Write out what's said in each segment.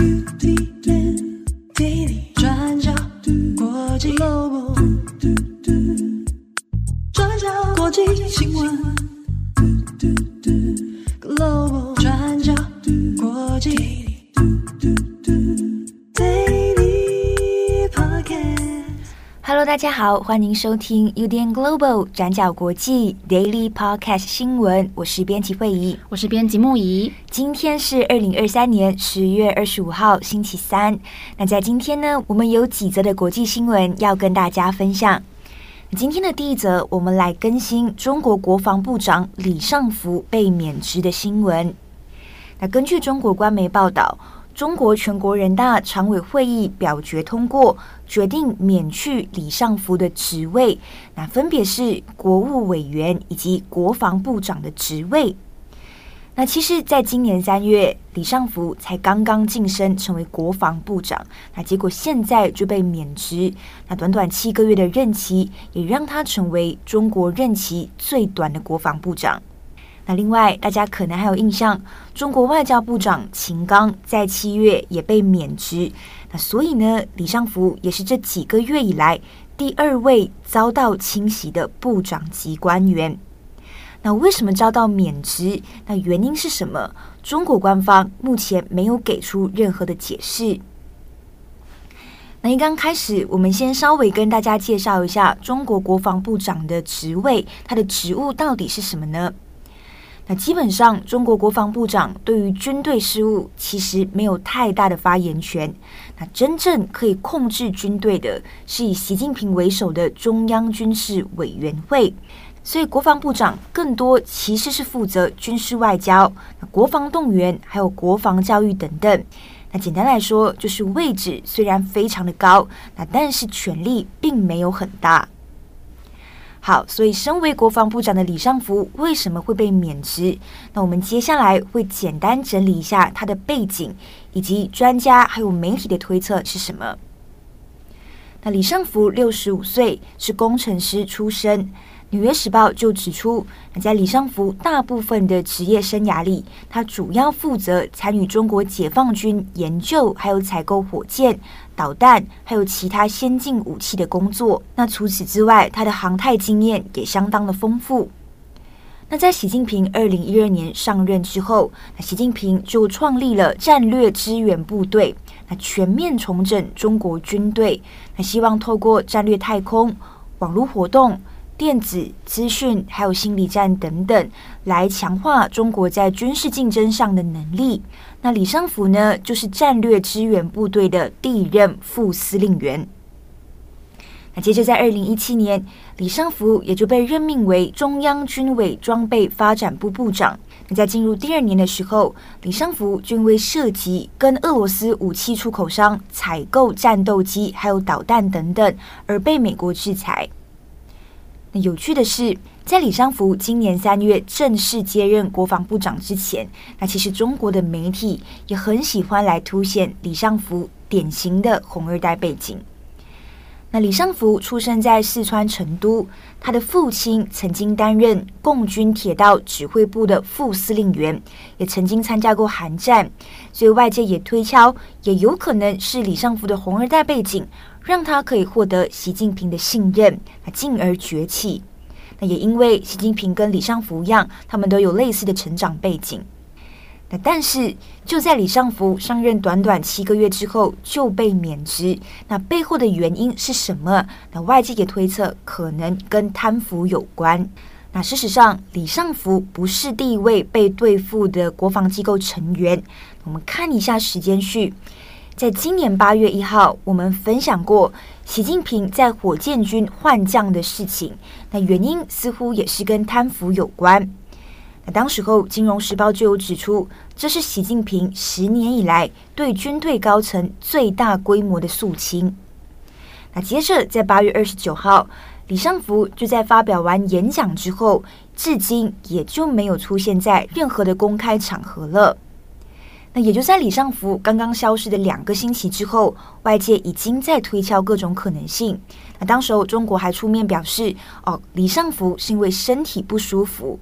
转角国际 Global 转角国际新闻 Global 转角国际 Daily Podcast。Hello， 大家好，欢迎收听 UDN Global 转角国际 Daily Podcast 新闻，我是编辑慧仪， 我是编辑木仪。 今天是2023年10月25号星期三。那在今天呢，我们有几则的国际新闻要跟大家分享。今天的第一则，我们来更新中国国防部长李尚福被免职的新闻。那根据中国官媒报道，中国全国人大常委会议表决通过，决定免去李尚福的职位，那分别是国务委员以及国防部长的职位。那其实在今年3月，李尚福才刚刚晋升成为国防部长，那结果现在就被免职，那短短7个月的任期，也让他成为中国任期最短的国防部长。那另外，大家可能还有印象，中国外交部长秦刚在7月也被免职。那所以呢，李尚福也是这几个月以来第2位遭到清洗的部长级官员。那为什么遭到免职？那原因是什么？中国官方目前没有给出任何的解释。那一刚开始，我们先稍微跟大家介绍一下中国国防部长的职位，他的职务到底是什么呢？那基本上，中国国防部长对于军队事务其实没有太大的发言权。那真正可以控制军队的，是以习近平为首的中央军事委员会。所以国防部长更多其实是负责军事外交、国防动员还有国防教育等等。那简单来说，就是位置虽然非常的高，但是权力并没有很大。好，所以身为国防部长的李尚福为什么会被免职？那我们接下来会简单整理一下他的背景，以及专家还有媒体的推测是什么。那李尚福65岁，是工程师出身。纽约时报就指出，在李尚福大部分的职业生涯里，他主要负责参与中国解放军研究还有采购火箭、导弹还有其他先进武器的工作。那除此之外，他的航太经验也相当的丰富。那在习近平2012年上任之后，习近平就创立了战略支援部队，全面重整中国军队，希望透过战略太空、网络活动、电子资讯还有心理战等等，来强化中国在军事竞争上的能力。那李尚福呢，就是战略支援部队的第1任副司令员。那接着在2017年，李尚福也就被任命为中央军委装备发展部部长。那在进入第2年的时候，李尚福就因为涉及跟俄罗斯武器出口商采购战斗机还有导弹等等，而被美国制裁。那有趣的是，在李尚福今年3月正式接任国防部长之前，那其实中国的媒体也很喜欢来凸显李尚福典型的红二代背景。那李尚福出生在四川成都，他的父亲曾经担任共军铁道指挥部的副司令员，也曾经参加过韩战，所以外界也推敲，也有可能是李尚福的红二代背景，让他可以获得习近平的信任，进而崛起。那也因为习近平跟李尚福一样，他们都有类似的成长背景。但是就在李尚福上任短短7个月之后就被免职，那背后的原因是什么？那外界也推测可能跟贪腐有关。那事实上，李尚福不是第一位被对付的国防机构成员。我们看一下时间序，在今年8月1号，我们分享过习近平在火箭军换将的事情，那原因似乎也是跟贪腐有关。那当时候《金融时报》就有指出，这是习近平10年以来对军队高层最大规模的肃清。那接着在8月29号，李尚福就在发表完演讲之后，至今也就没有出现在任何的公开场合了。那也就在李尚福刚刚消失的2个星期之后，外界已经在推敲各种可能性。那当时候中国还出面表示，李尚福是因为身体不舒服。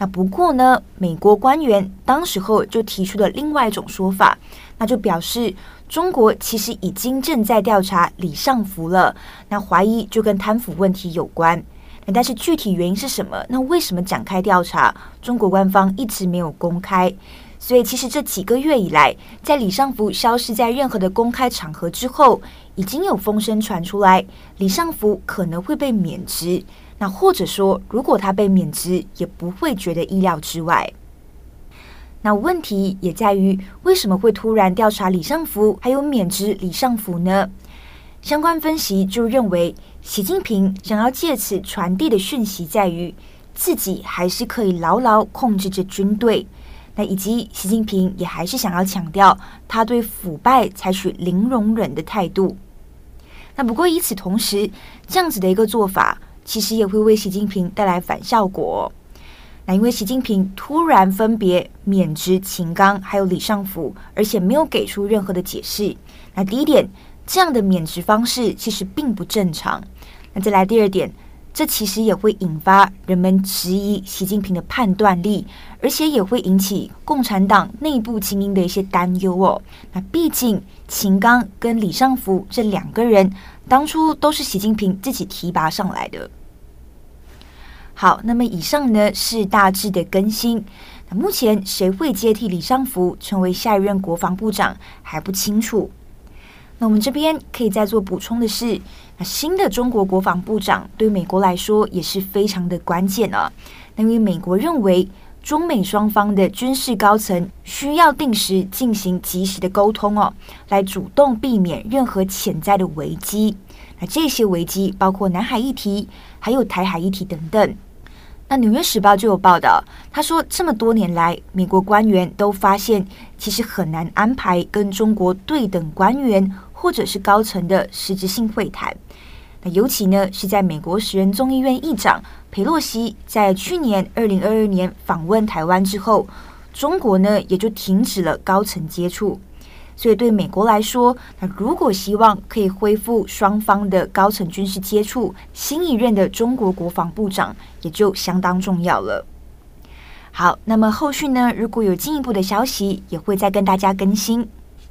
那不过呢，美国官员当时候就提出了另外一种说法，那就表示中国其实已经正在调查李尚福了，那怀疑就跟贪腐问题有关。但是具体原因是什么？那为什么展开调查？中国官方一直没有公开。所以其实这几个月以来，在李尚福消失在任何的公开场合之后，已经有风声传出来，李尚福可能会被免职。那或者说，如果他被免职，也不会觉得意料之外。那问题也在于，为什么会突然调查李尚福，还有免职李尚福呢？相关分析就认为，习近平想要借此传递的讯息在于，自己还是可以牢牢控制着军队。那以及习近平也还是想要强调他对腐败采取零容忍的态度。那不过与此同时，这样子的一个做法其实也会为习近平带来反效果。那因为习近平突然分别免职秦刚还有李尚福，而且没有给出任何的解释。那第一点，这样的免职方式其实并不正常。那再来第二点，这其实也会引发人们质疑习近平的判断力，而且也会引起共产党内部精英的一些担忧哦。那毕竟秦刚跟李尚福这两个人当初都是习近平自己提拔上来的。好，那么以上呢是大致的更新。那目前谁会接替李尚福成为下一任国防部长还不清楚。那我们这边可以再做补充的是，那新的中国国防部长对美国来说也是非常的关键啊。那因为美国认为中美双方的军事高层需要定时进行及时的沟通哦，来主动避免任何潜在的危机。那这些危机包括南海议题，还有台海议题等等。那《纽约时报》就有报道，他说这么多年来，美国官员都发现其实很难安排跟中国对等官员或者是高层的实质性会谈。那尤其呢是在美国时任众议院议长裴洛西在去年2022年访问台湾之后，中国呢也就停止了高层接触。所以对美国来说，那如果希望可以恢复双方的高层军事接触，新一任的中国国防部长也就相当重要了。好，那么后续呢，如果有进一步的消息，也会再跟大家更新。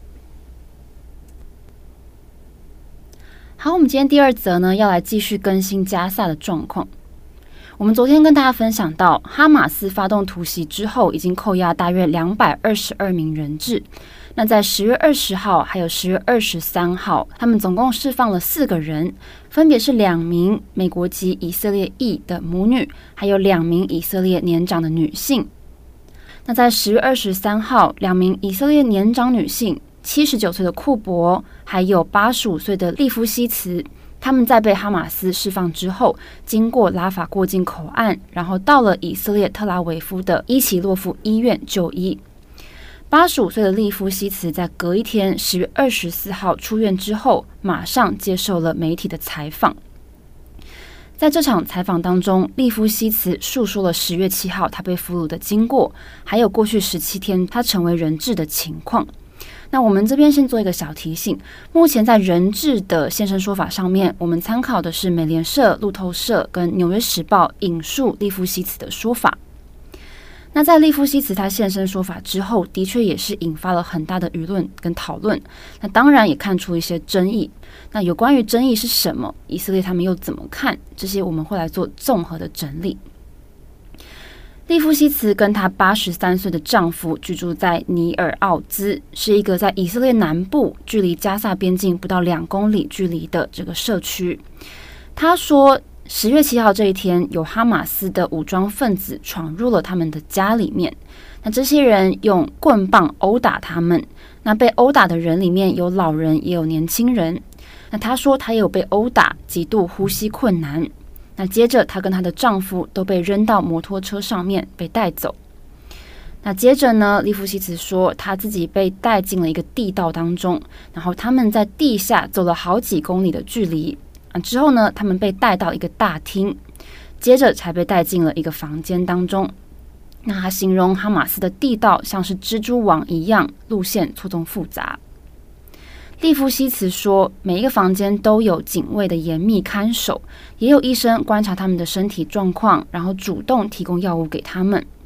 好，我们今天第二则呢，要来继续更新加萨的状况。我们昨天跟大家分享到，哈马斯发动突袭之后，已经扣押大约222名人质。那在10月20号还有10月23号，他们总共释放了4个人，分别是2名美国籍以色列裔的母女，还有2名以色列年长的女性。那在10月23号，2名以色列年长女性，79岁的库珀，还有85岁的利夫西茨，他们在被哈马斯释放之后，经过拉法过境口岸，然后到了以色列特拉维夫的伊奇洛夫医院就医。85岁的利夫西茨在隔一天10月24号出院之后，马上接受了媒体的采访。在这场采访当中，利夫西茨述说了10月7号他被俘虏的经过，还有过去17天他成为人质的情况。那我们这边先做一个小提醒，目前在人质的现身说法上面，我们参考的是美联社、路透社跟纽约时报引述利夫西茨的说法。那在利夫西茨他现身说法之后，的确也是引发了很大的舆论跟讨论。那当然也看出一些争议。那有关于争议是什么，以色列他们又怎么看，这些我们会来做综合的整理。利夫西茨跟她83岁的丈夫居住在尼尔奥兹，是一个在以色列南部距离加萨边境不到2公里距离的这个社区。他说10月7号这一天，有哈马斯的武装分子闯入了他们的家里面。那这些人用棍棒殴打他们。那被殴打的人里面有老人，也有年轻人。那她说她也有被殴打，极度呼吸困难。那接着她跟她的丈夫都被扔到摩托车上面被带走。那接着呢，利夫西茨说她自己被带进了一个地道当中，然后他们在地下走了好几公里的距离。之后呢，他们被带到一个大厅，接着才被带进了一个房间当中。那他形容哈马斯的地道像是蜘蛛网一样，路线错综复杂。利夫西茨说，每一个房间都有警卫的严密看守，也有医生观察他们的身体状况，然后主动提供药物给他们。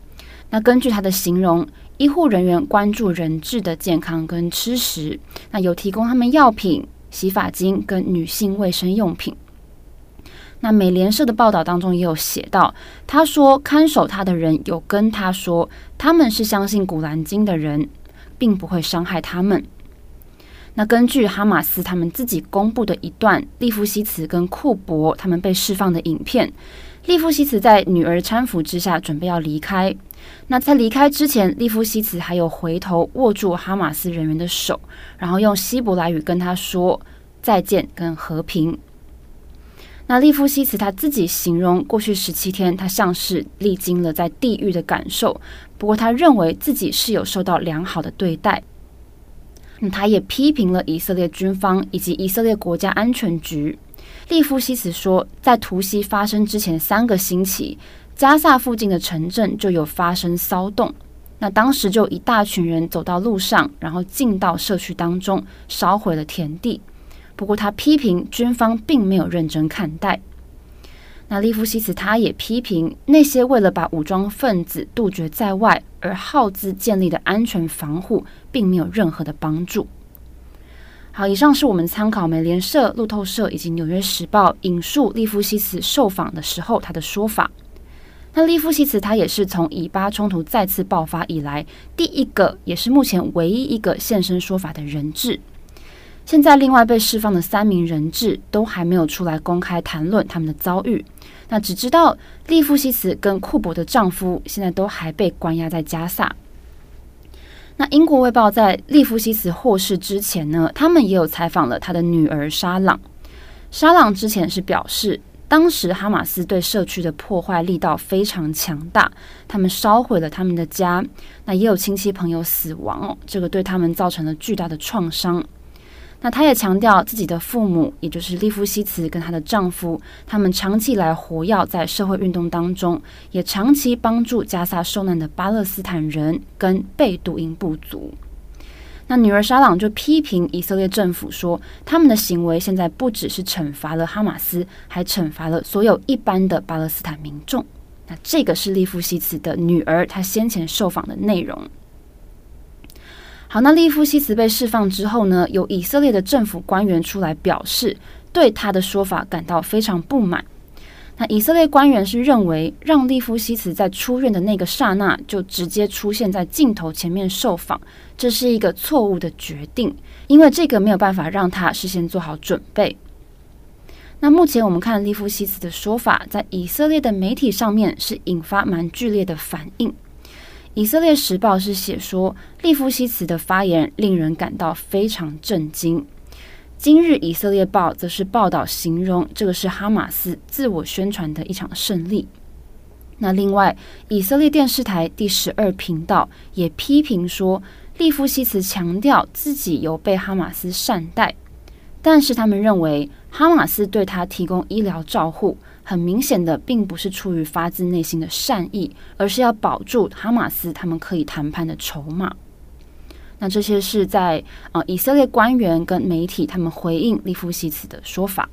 那根据他的形容，医护人员关注人质的健康跟吃食，那有提供他们药品、洗发精跟女性卫生用品。那美联社的报道当中也有写到，他说看守他的人有跟他说，他们是相信古兰经的人，并不会伤害他们。那根据哈马斯他们自己公布的一段利夫西茨跟库珀他们被释放的影片，利夫西茨在女儿搀扶之下准备要离开。那在离开之前，利夫西茨还有回头握住哈马斯人员的手，然后用希伯来语跟他说再见跟和平。那利夫西茨他自己形容过去17天他像是历经了在地狱的感受，不过他认为自己是有受到良好的对待。他也批评了以色列军方以及以色列国家安全局。利夫西茨说，在突袭发生之前3个星期，加萨附近的城镇就有发生骚动，那当时就一大群人走到路上，然后进到社区当中，烧毁了田地。不过他批评军方并没有认真看待。那利夫西茨他也批评那些为了把武装分子杜绝在外而耗资建立的安全防护，并没有任何的帮助。好，以上是我们参考美联社、路透社以及纽约时报引述利夫西茨受访的时候他的说法。那利夫西茨他也是从以巴冲突再次爆发以来第一个，也是目前唯一一个现身说法的人质。现在另外被释放的3名人质都还没有出来公开谈论他们的遭遇，那只知道利夫西茨跟库珀的丈夫现在都还被关押在加萨。那英国卫报在利夫西茨获释之前呢，他们也有采访了他的女儿沙朗。沙朗之前是表示，当时哈马斯对社区的破坏力道非常强大，他们烧毁了他们的家，那也有亲戚朋友死亡这个对他们造成了巨大的创伤。那他也强调自己的父母，也就是利夫西茨跟她的丈夫，他们长期以来活跃在社会运动当中，也长期帮助加萨受难的巴勒斯坦人跟贝都因部族。那女儿沙朗就批评以色列政府说，他们的行为现在不只是惩罚了哈马斯，还惩罚了所有一般的巴勒斯坦民众。那这个是利夫西茨的女儿她先前受访的内容。好，那利夫西茨被释放之后呢，有以色列的政府官员出来表示，对他的说法感到非常不满。那以色列官员是认为，让利夫西茨在出院的那个刹那就直接出现在镜头前面受访，这是一个错误的决定，因为这个没有办法让他事先做好准备。那目前我们看利夫西茨的说法，在以色列的媒体上面是引发蛮剧烈的反应。以色列时报是写说，利夫西茨的发言令人感到非常震惊。今日以色列报则是报道形容这个是哈马斯自我宣传的一场胜利。那另外，以色列电视台第12频道也批评说，利夫西茨强调自己有被哈马斯善待，但是他们认为哈马斯对他提供医疗照护，很明显的并不是出于发自内心的善意，而是要保住哈马斯他们可以谈判的筹码。那这些是在以色列官员跟媒体他们回应利夫西茨的说法。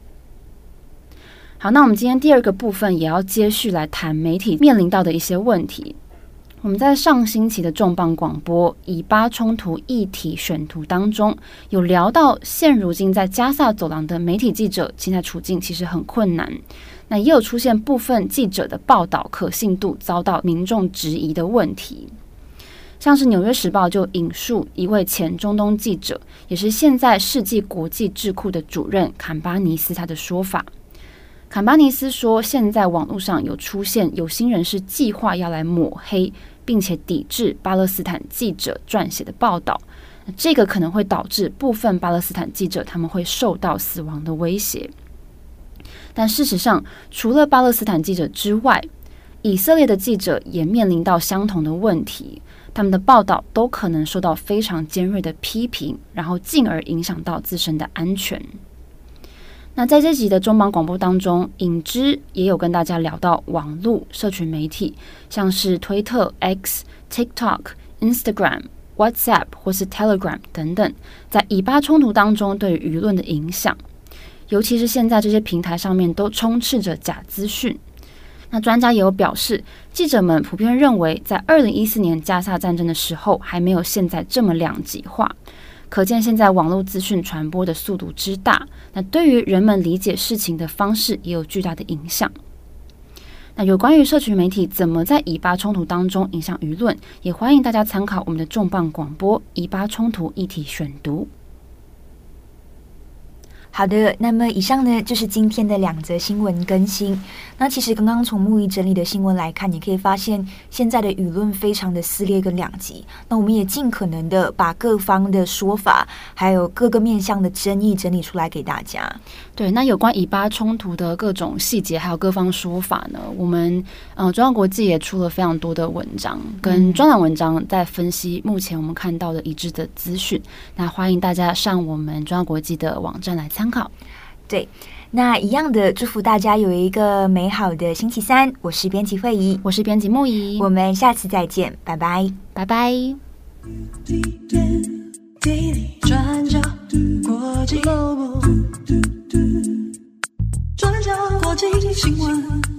好，那我们今天第2个部分也要接续来谈媒体面临到的一些问题。我们在上星期的重磅广播以巴冲突议题选读当中，有聊到现如今在加萨走廊的媒体记者现在处境其实很困难，那也有出现部分记者的报道可信度遭到民众质疑的问题。像是纽约时报就引述一位前中东记者，也是现在世纪国际智库的主任坎巴尼斯他的说法。坎巴尼斯说，现在网络上有出现有心人士计划要来抹黑并且抵制巴勒斯坦记者撰写的报道，这个可能会导致部分巴勒斯坦记者他们会受到死亡的威胁。但事实上，除了巴勒斯坦记者之外，以色列的记者也面临到相同的问题，他们的报道都可能受到非常尖锐的批评，然后进而影响到自身的安全。那在这集的中磅广播当中，影之也有跟大家聊到网络社群媒体，像是推特、X、TikTok、Instagram、WhatsApp 或是 Telegram 等等，在以巴冲突当中对于舆论的影响。尤其是现在这些平台上面都充斥着假资讯。 那专家也有表示，记者们普遍认为，在2014年加萨战争的时候，还没有现在这么两极化。可见现在网络资讯传播的速度之大，那对于人们理解事情的方式也有巨大的影响。那有关于社群媒体怎么在以巴冲突当中影响舆论，也欢迎大家参考我们的重磅广播以巴冲突议题选读。 好的，那么以上呢就是今天的2则新闻更新。那其实刚刚从木易整理的新闻来看，你可以发现现在的舆论非常的撕裂跟两极。那我们也尽可能的把各方的说法，还有各个面向的争议整理出来给大家。 对，那有关以巴冲突的各种细节，还有各方说法呢，我们中央国际也出了非常多的文章跟专栏文章，在分析目前我们看到的已知的资讯。那欢迎大家上我们中央国际的网站来参考。 对，那一样的祝福大家有一个美好的星期三。我是编辑慧仪， 我是编辑木仪， 我们下次再见，拜拜， 拜拜。 转角国际 Global 转角国际新闻。